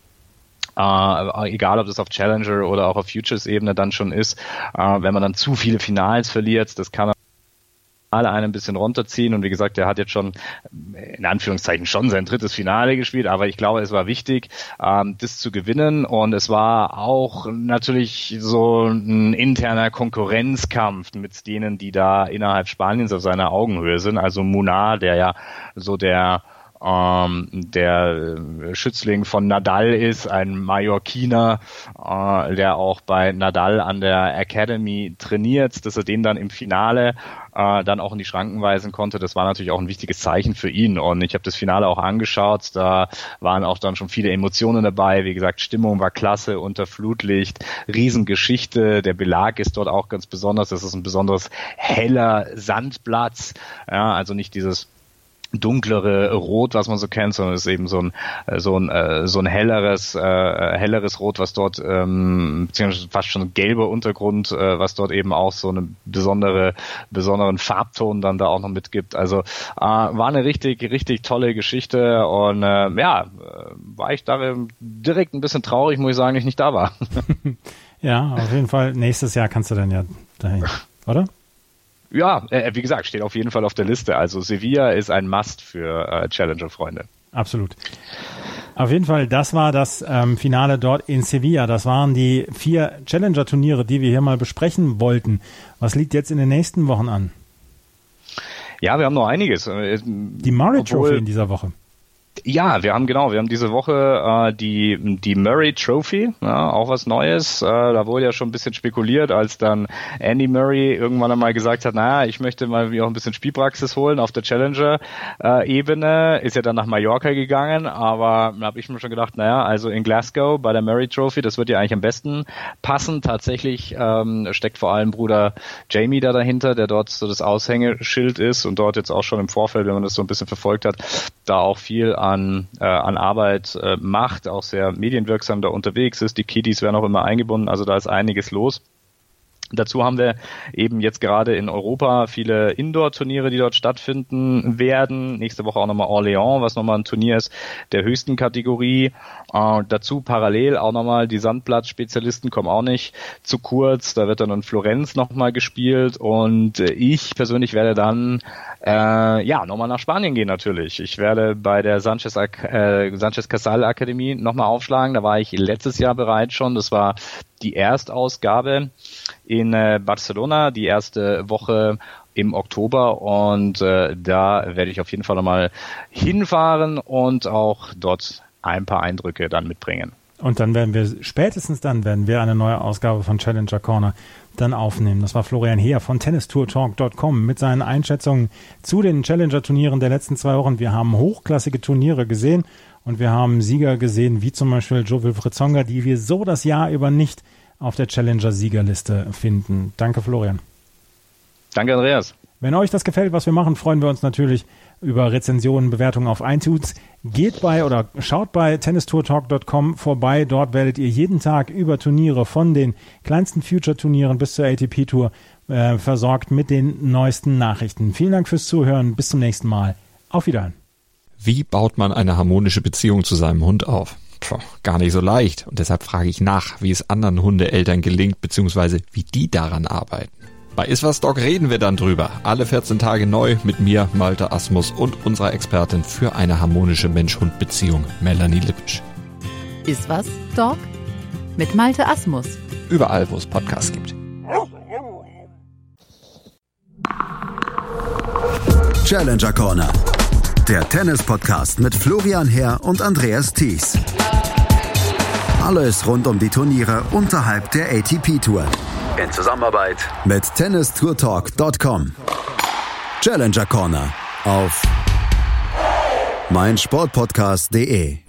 Uh, egal ob das auf Challenger oder auch auf Futures-Ebene dann schon ist, uh, wenn man dann zu viele Finals verliert, das kann alle einen ein bisschen runterziehen und wie gesagt, er hat jetzt schon in Anführungszeichen schon sein drittes Finale gespielt, aber ich glaube, es war wichtig, ähm, das zu gewinnen und es war auch natürlich so ein interner Konkurrenzkampf mit denen, die da innerhalb Spaniens auf seiner Augenhöhe sind, also Munar, der ja so der Ähm, der Schützling von Nadal ist, ein Mallorquiner, äh, der auch bei Nadal an der Academy trainiert, dass er den dann im Finale äh, dann auch in die Schranken weisen konnte. Das war natürlich auch ein wichtiges Zeichen für ihn und ich habe das Finale auch angeschaut, da waren auch dann schon viele Emotionen dabei, wie gesagt, Stimmung war klasse, unter Flutlicht, Riesengeschichte, der Belag ist dort auch ganz besonders, das ist ein besonderes heller Sandplatz, ja, also nicht dieses dunklere Rot, was man so kennt, sondern es ist eben so ein so ein so ein helleres äh, helleres Rot, was dort ähm, beziehungsweise fast schon ein gelber Untergrund, äh, was dort eben auch so eine besondere besonderen Farbton dann da auch noch mitgibt. Also äh, war eine richtig richtig tolle Geschichte und äh, ja, war ich da direkt ein bisschen traurig, muss ich sagen, ich nicht da war. Ja, auf jeden Fall. Nächstes Jahr kannst du dann ja dahin, oder? Ja, äh, wie gesagt, steht auf jeden Fall auf der Liste. Also Sevilla ist ein Must für äh, Challenger-Freunde. Absolut. Auf jeden Fall, das war das ähm, Finale dort in Sevilla. Das waren die vier Challenger-Turniere, die wir hier mal besprechen wollten. Was liegt jetzt in den nächsten Wochen an? Ja, wir haben noch einiges. Die Murray Trophy in dieser Woche. Ja, wir haben genau, wir haben diese Woche äh, die die Murray Trophy, ja, auch was Neues. Äh, da wurde ja schon ein bisschen spekuliert, als dann Andy Murray irgendwann einmal gesagt hat, naja, ich möchte mal auch ein bisschen Spielpraxis holen auf der Challenger-Ebene. Äh, ist ja dann nach Mallorca gegangen, aber da habe ich mir schon gedacht, naja, also in Glasgow bei der Murray Trophy, das wird ja eigentlich am besten passen. Tatsächlich ähm, steckt vor allem Bruder Jamie da dahinter, der dort so das Aushängeschild ist und dort jetzt auch schon im Vorfeld, wenn man das so ein bisschen verfolgt hat, da auch viel an, äh, an Arbeit äh, macht, auch sehr medienwirksam da unterwegs ist. Die Kiddies werden auch immer eingebunden, also da ist einiges los. Dazu haben wir eben jetzt gerade in Europa viele Indoor-Turniere, die dort stattfinden werden. Nächste Woche auch nochmal Orléans, was nochmal ein Turnier ist der höchsten Kategorie. Äh, dazu parallel auch nochmal die Sandplatz-Spezialisten kommen auch nicht zu kurz. Da wird dann in Florenz nochmal gespielt und äh, ich persönlich werde dann äh, ja nochmal nach Spanien gehen natürlich. Ich werde bei der Sanchez, äh, Sanchez Casal Akademie nochmal aufschlagen. Da war ich letztes Jahr bereits schon. Das war die Erstausgabe in äh, Barcelona, die erste Woche im Oktober und äh, da werde ich auf jeden Fall nochmal hinfahren und auch dort ein paar Eindrücke dann mitbringen. Und dann werden wir, spätestens dann werden wir eine neue Ausgabe von Challenger Corner dann aufnehmen. Das war Florian Heer von tennis tour talk dot com mit seinen Einschätzungen zu den Challenger-Turnieren der letzten zwei Wochen. Wir haben hochklassige Turniere gesehen und wir haben Sieger gesehen, wie zum Beispiel Jo-Wilfried Tsonga, die wir so das Jahr über nicht auf der Challenger-Siegerliste finden. Danke, Florian. Danke, Andreas. Wenn euch das gefällt, was wir machen, freuen wir uns natürlich über Rezensionen, Bewertungen auf iTunes. Geht bei oder schaut bei tennis tour talk dot com vorbei. Dort werdet ihr jeden Tag über Turniere von den kleinsten Future-Turnieren bis zur A T P-Tour äh, versorgt mit den neuesten Nachrichten. Vielen Dank fürs Zuhören. Bis zum nächsten Mal. Auf Wiedersehen. Wie baut man eine harmonische Beziehung zu seinem Hund auf? Puh, gar nicht so leicht. Und deshalb frage ich nach, wie es anderen Hundeeltern gelingt, beziehungsweise wie die daran arbeiten. Bei Iswas Dog reden wir dann drüber. Alle vierzehn Tage neu mit mir, Malte Asmus und unserer Expertin für eine harmonische Mensch-Hund-Beziehung, Melanie Lippisch. Iswas Dog mit Malte Asmus. Überall, wo es Podcasts gibt. Challenger Corner. Der Tennis-Podcast mit Florian Heer und Andreas Thies. Alles rund um die Turniere unterhalb der A T P-Tour. In Zusammenarbeit mit tennis tour talk dot com. Challenger Corner auf meinsportpodcast punkt de.